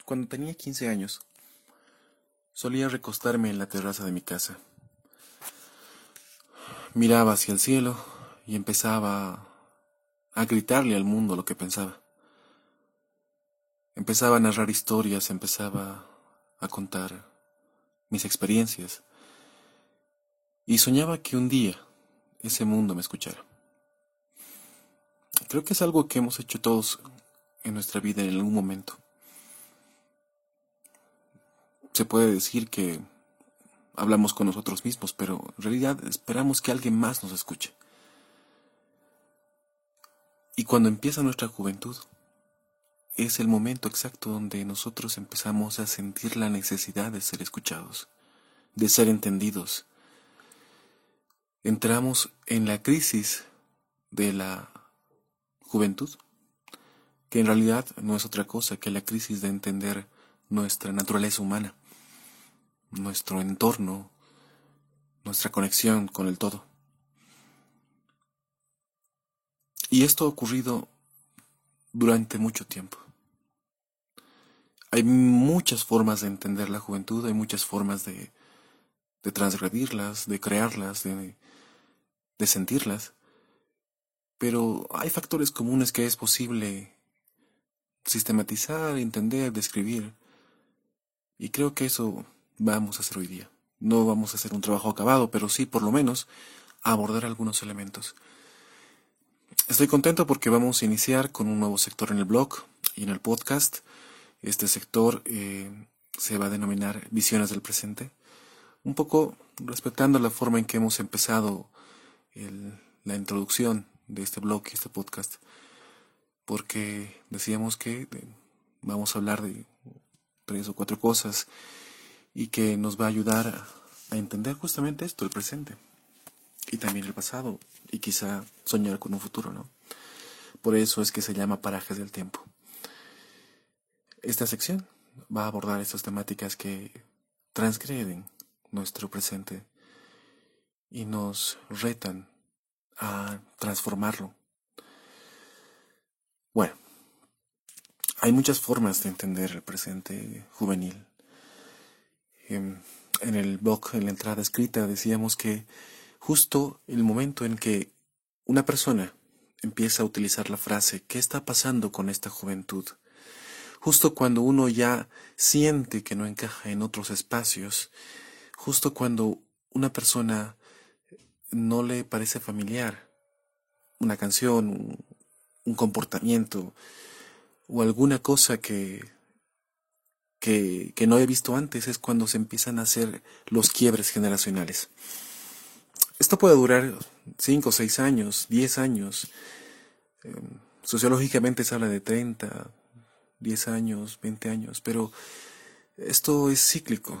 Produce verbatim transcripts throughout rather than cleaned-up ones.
Cuando tenía quince años, solía recostarme en la terraza de mi casa. Miraba hacia el cielo y empezaba a gritarle al mundo lo que pensaba. Empezaba a narrar historias, empezaba a contar mis experiencias y soñaba que un día ese mundo me escuchara. Creo que es algo que hemos hecho todos en nuestra vida en algún momento. Se puede decir que hablamos con nosotros mismos, pero en realidad esperamos que alguien más nos escuche. Y cuando empieza nuestra juventud, es el momento exacto donde nosotros empezamos a sentir la necesidad de ser escuchados, de ser entendidos. Entramos en la crisis de la juventud, que en realidad no es otra cosa que la crisis de entender nuestra naturaleza humana, nuestro entorno, nuestra conexión con el todo. Y esto ha ocurrido durante mucho tiempo. Hay muchas formas de entender la juventud, hay muchas formas de, de transgredirlas, de crearlas, de, de sentirlas, pero hay factores comunes que es posible sistematizar, entender, describir, y creo que eso vamos a hacer hoy día. No vamos a hacer un trabajo acabado, pero sí, por lo menos, abordar algunos elementos. Estoy contento porque vamos a iniciar con un nuevo sector en el blog y en el podcast. Este sector eh, se va a denominar Visiones del Presente, un poco respetando la forma en que hemos empezado el, la introducción de este blog y este podcast, porque decíamos que eh, vamos a hablar de tres o cuatro cosas y que nos va a ayudar a, a entender justamente esto, el presente, y también el pasado, y quizá soñar con un futuro, ¿no? Por eso es que se llama Parajes del Tiempo. Esta sección va a abordar estas temáticas que transgreden nuestro presente y nos retan a transformarlo. Bueno, hay muchas formas de entender el presente juvenil. En, en el blog, en la entrada escrita, decíamos que justo el momento en que una persona empieza a utilizar la frase ¿qué está pasando con esta juventud? Justo cuando uno ya siente que no encaja en otros espacios, justo cuando una persona no le parece familiar una canción, un, un comportamiento o alguna cosa que, que, que no he visto antes, es cuando se empiezan a hacer los quiebres generacionales. Esto puede durar cinco, seis años, diez años. Eh, sociológicamente se habla de treinta, diez años, veinte años, pero esto es cíclico.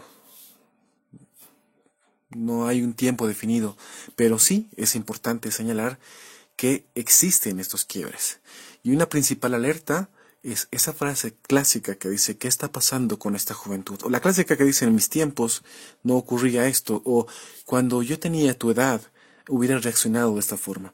No hay un tiempo definido, pero sí es importante señalar que existen estos quiebres. Y una principal alerta es esa frase clásica que dice ¿qué está pasando con esta juventud? O la clásica que dice en mis tiempos no ocurría esto, o cuando yo tenía tu edad hubiera reaccionado de esta forma.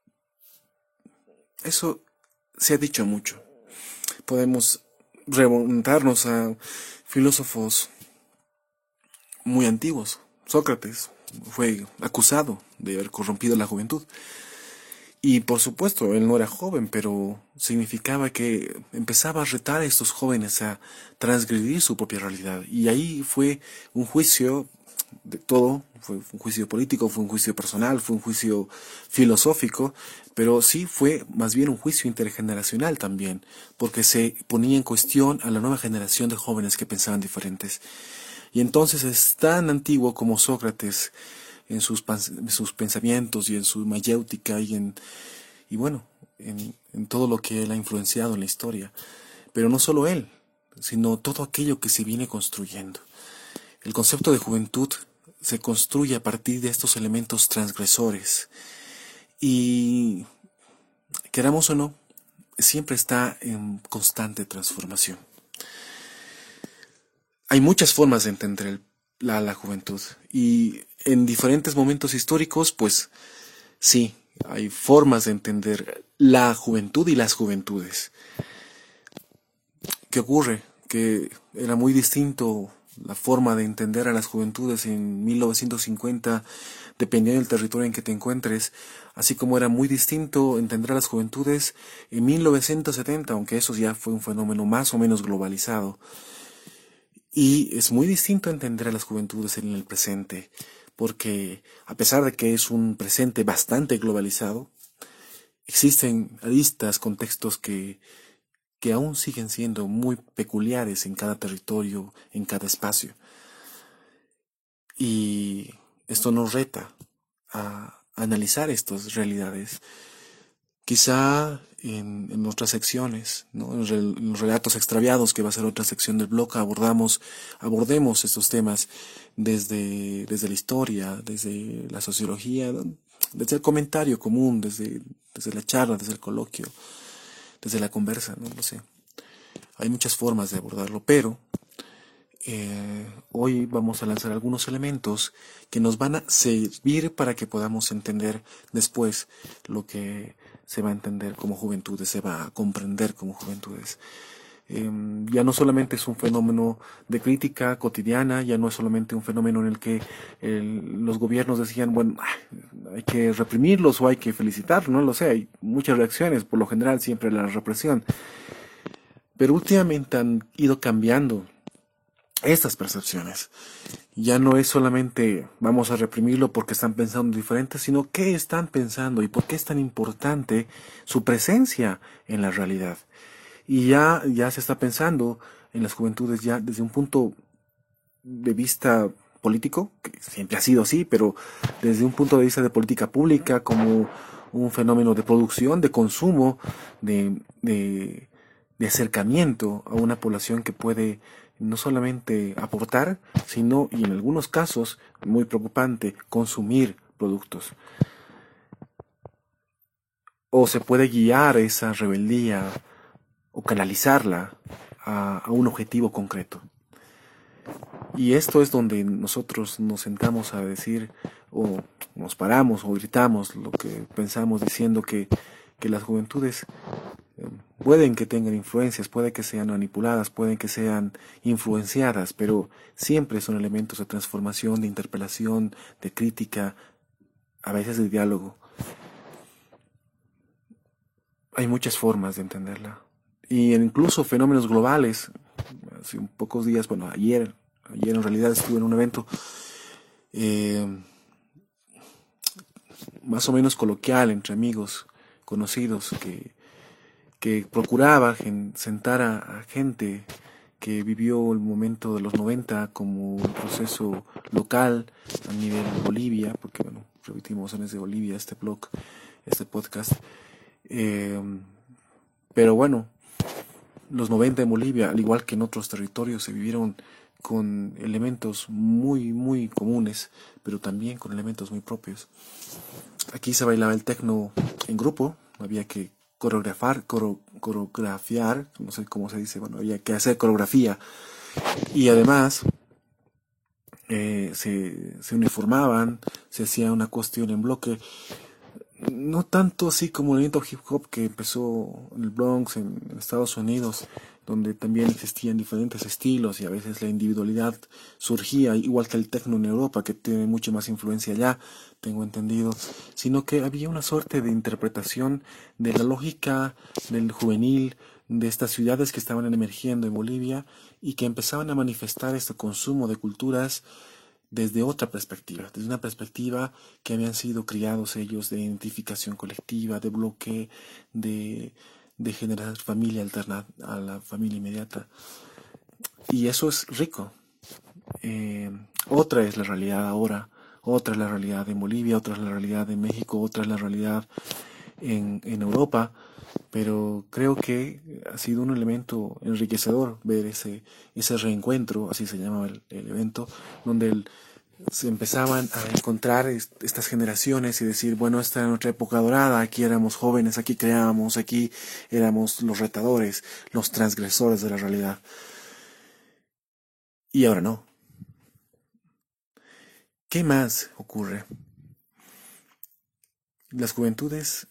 Eso se ha dicho mucho. Podemos remontarnos a filósofos muy antiguos. Sócrates fue acusado de haber corrompido la juventud. Y por supuesto, él no era joven, pero significaba que empezaba a retar a estos jóvenes a transgredir su propia realidad. Y ahí fue un juicio de todo, fue un juicio político, fue un juicio personal, fue un juicio filosófico, pero sí fue más bien un juicio intergeneracional también, porque se ponía en cuestión a la nueva generación de jóvenes que pensaban diferentes. Y entonces es tan antiguo como Sócrates en sus, en sus pensamientos y en su mayéutica y en y bueno, en, en todo lo que él ha influenciado en la historia. Pero no solo él, sino todo aquello que se viene construyendo. El concepto de juventud se construye a partir de estos elementos transgresores. Y, queramos o no, siempre está en constante transformación. Hay muchas formas de entender el, la, la juventud. Y en diferentes momentos históricos, pues sí, hay formas de entender la juventud y las juventudes. ¿Qué ocurre? que era muy distinto la forma de entender a las juventudes en mil novecientos cincuenta, dependiendo del territorio en que te encuentres, así como era muy distinto entender a las juventudes en mil novecientos setenta, aunque eso ya fue un fenómeno más o menos globalizado. Y es muy distinto entender a las juventudes en el presente, porque a pesar de que es un presente bastante globalizado, existen aristas, contextos que que aún siguen siendo muy peculiares en cada territorio, en cada espacio. Y esto nos reta a analizar estas realidades. Quizá en, en otras secciones, ¿no? En, re, en los relatos extraviados, que va a ser otra sección del blog, abordamos, abordemos estos temas desde, desde la historia, desde la sociología, desde el comentario común, desde, desde la charla, desde el coloquio, desde la conversa, no lo sé. Hay muchas formas de abordarlo, pero eh, hoy vamos a lanzar algunos elementos que nos van a servir para que podamos entender después lo que se va a entender como juventudes, se va a comprender como juventudes. Eh, ya no solamente es un fenómeno de crítica cotidiana, ya no es solamente un fenómeno en el que el, los gobiernos decían, bueno, hay que reprimirlos o hay que felicitarlos, no lo sé, hay muchas reacciones, por lo general siempre la represión. Pero últimamente han ido cambiando estas percepciones. Ya no es solamente vamos a reprimirlo porque están pensando diferente, sino qué están pensando y por qué es tan importante su presencia en la realidad. Y ya, ya se está pensando en las juventudes ya desde un punto de vista político, que siempre ha sido así, pero desde un punto de vista de política pública, como un fenómeno de producción, de consumo, de, de, de acercamiento a una población que puede no solamente aportar, sino, y en algunos casos, muy preocupante, consumir productos. O se puede guiar esa rebeldía o canalizarla a, a un objetivo concreto. Y esto es donde nosotros nos sentamos a decir, o nos paramos o gritamos lo que pensamos diciendo que, que las juventudes eh, pueden que tengan influencias, puede que sean manipuladas, pueden que sean influenciadas, pero siempre son elementos de transformación, de interpelación, de crítica, a veces de diálogo. Hay muchas formas de entenderla. Y incluso fenómenos globales. Hace un pocos días, bueno, ayer, ayer en realidad estuve en un evento eh, más o menos coloquial entre amigos conocidos que, que procuraba sentar a, a gente que vivió el momento de los noventa como un proceso local a nivel de Bolivia, porque bueno, repetimos en desde Bolivia este blog, este podcast. Eh, pero bueno, los noventa en Bolivia, al igual que en otros territorios, se vivieron con elementos muy, muy comunes, pero también con elementos muy propios. Aquí se bailaba el tecno en grupo, había que coreografar, coro, coreografiar, no sé cómo se dice, bueno, había que hacer coreografía. Y además eh, se, se uniformaban, se hacía una cuestión en bloque. No tanto así como el movimiento hip hop que empezó en el Bronx, en, en Estados Unidos, donde también existían diferentes estilos y a veces la individualidad surgía, igual que el techno en Europa, que tiene mucha más influencia allá, tengo entendido, sino que había una suerte de interpretación de la lógica del juvenil, de estas ciudades que estaban emergiendo en Bolivia y que empezaban a manifestar este consumo de culturas desde otra perspectiva, desde una perspectiva que habían sido criados ellos de identificación colectiva, de bloque, de, de generar familia alterna a la familia inmediata. Y eso es rico. Eh, otra es la realidad ahora, otra es la realidad en Bolivia, otra es la realidad en México, otra es la realidad en, en Europa, pero creo que ha sido un elemento enriquecedor ver ese, ese reencuentro, así se llama el, el evento, donde el, se empezaban a encontrar est estas generaciones y decir, bueno, esta era nuestra época dorada, aquí éramos jóvenes, aquí creábamos, aquí éramos los retadores, los transgresores de la realidad. Y ahora no. ¿Qué más ocurre? Las juventudes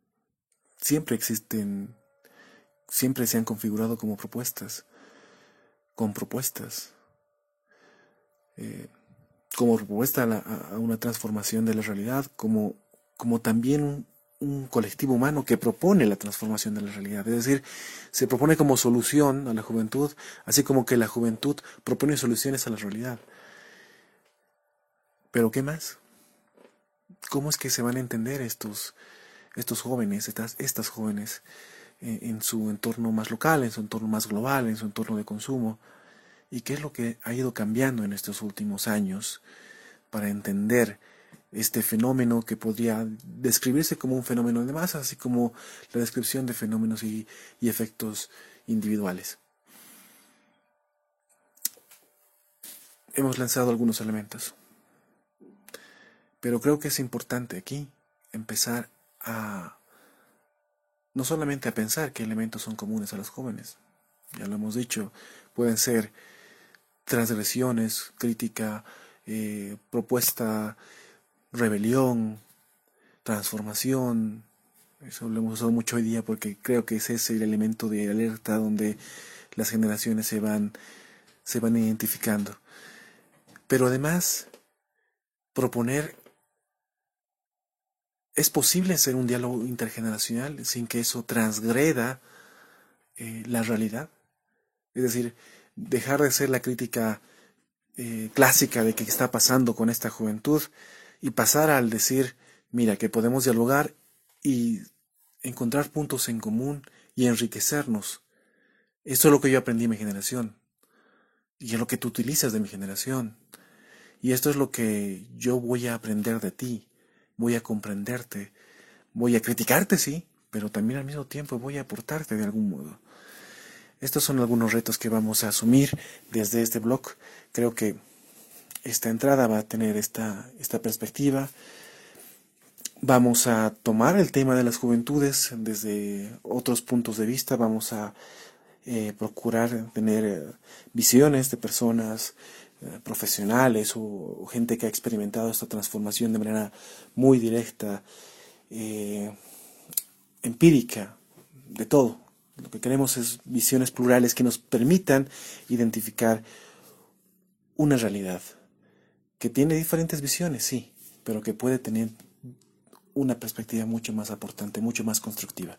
siempre existen, siempre se han configurado como propuestas. con propuestas, eh, como propuesta a, la- a una transformación de la realidad, como, como también un, un colectivo humano que propone la transformación de la realidad. Es decir, se propone como solución a la juventud, así como que la juventud propone soluciones a la realidad. Pero ¿qué más? ¿Cómo es que se van a entender estos, estos jóvenes, estas, estas jóvenes, eh, en su entorno más local, en su entorno más global, en su entorno de consumo? ¿Y qué es lo que ha ido cambiando en estos últimos años para entender este fenómeno que podría describirse como un fenómeno de masa, así como la descripción de fenómenos y, y efectos individuales? Hemos lanzado algunos elementos, pero creo que es importante aquí empezar a no solamente a pensar qué elementos son comunes a los jóvenes, ya lo hemos dicho, pueden ser transgresiones, crítica, eh, propuesta, rebelión, transformación. Eso lo hemos usado mucho hoy día porque creo que ese es el elemento de alerta donde las generaciones se van, se van identificando. Pero además, proponer, ¿es posible hacer un diálogo intergeneracional sin que eso transgreda eh, la realidad? Es decir, dejar de ser la crítica eh, clásica de qué está pasando con esta juventud y pasar al decir, mira, que podemos dialogar y encontrar puntos en común y enriquecernos. Esto es lo que yo aprendí en mi generación y es lo que tú utilizas de mi generación. Y esto es lo que yo voy a aprender de ti, voy a comprenderte, voy a criticarte, sí, pero también al mismo tiempo voy a aportarte de algún modo. Estos son algunos retos que vamos a asumir desde este blog. Creo que esta entrada va a tener esta, esta perspectiva. Vamos a tomar el tema de las juventudes desde otros puntos de vista. Vamos a eh, procurar tener eh, visiones de personas eh, profesionales o, o gente que ha experimentado esta transformación de manera muy directa, eh, empírica, de todo. Lo que queremos es visiones plurales que nos permitan identificar una realidad que tiene diferentes visiones, sí, pero que puede tener una perspectiva mucho más aportante, mucho más constructiva.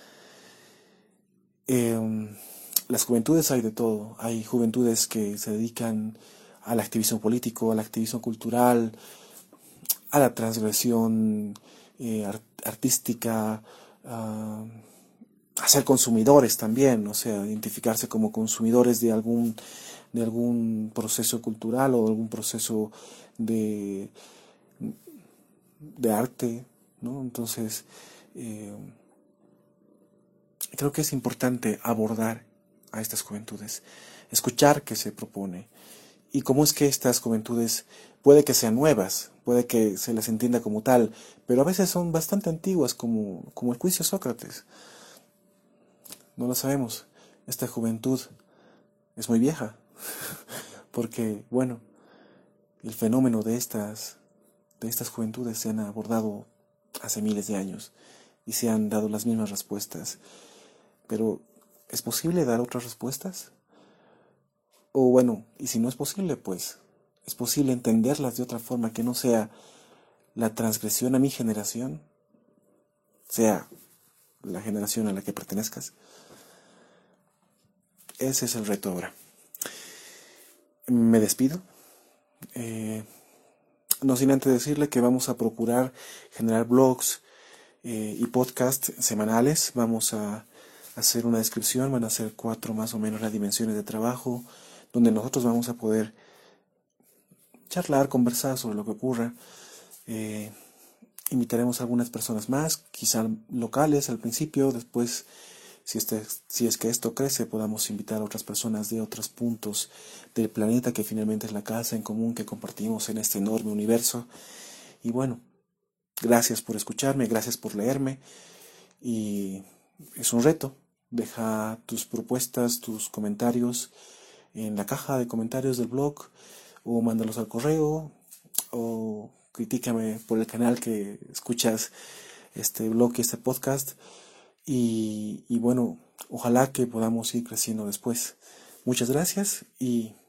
Eh, las juventudes hay de todo. Hay juventudes que se dedican al activismo político, al activismo cultural, a la transgresión eh, art artística, uh, a ser consumidores también, o sea, identificarse como consumidores de algún, de algún proceso cultural o algún proceso de, de arte, ¿no? Entonces, eh, creo que es importante abordar a estas juventudes, escuchar qué se propone y cómo es que estas juventudes puede que sean nuevas, puede que se las entienda como tal, pero a veces son bastante antiguas, como, como el juicio Sócrates. No lo sabemos. Esta juventud es muy vieja, porque, bueno, el fenómeno de estas, de estas juventudes se han abordado hace miles de años y se han dado las mismas respuestas. Pero, ¿es posible dar otras respuestas? O bueno, y si no es posible, pues, ¿es posible entenderlas de otra forma que no sea la transgresión a mi generación? Sea la generación a la que pertenezcas. Ese es el reto ahora. Me despido. Eh, no sin antes decirle que vamos a procurar generar blogs eh, y podcasts semanales. Vamos a hacer una descripción, van a ser cuatro más o menos las dimensiones de trabajo, donde nosotros vamos a poder charlar, conversar sobre lo que ocurra. Eh, invitaremos a algunas personas más, quizá locales al principio, después, si, este, si es que esto crece, podamos invitar a otras personas de otros puntos del planeta, que finalmente es la casa en común que compartimos en este enorme universo. Y bueno, gracias por escucharme, gracias por leerme, y es un reto. Deja tus propuestas, tus comentarios en la caja de comentarios del blog, o mándalos al correo, o critícame por el canal que escuchas este blog y este podcast. Y, y bueno, ojalá que podamos ir creciendo después. Muchas gracias y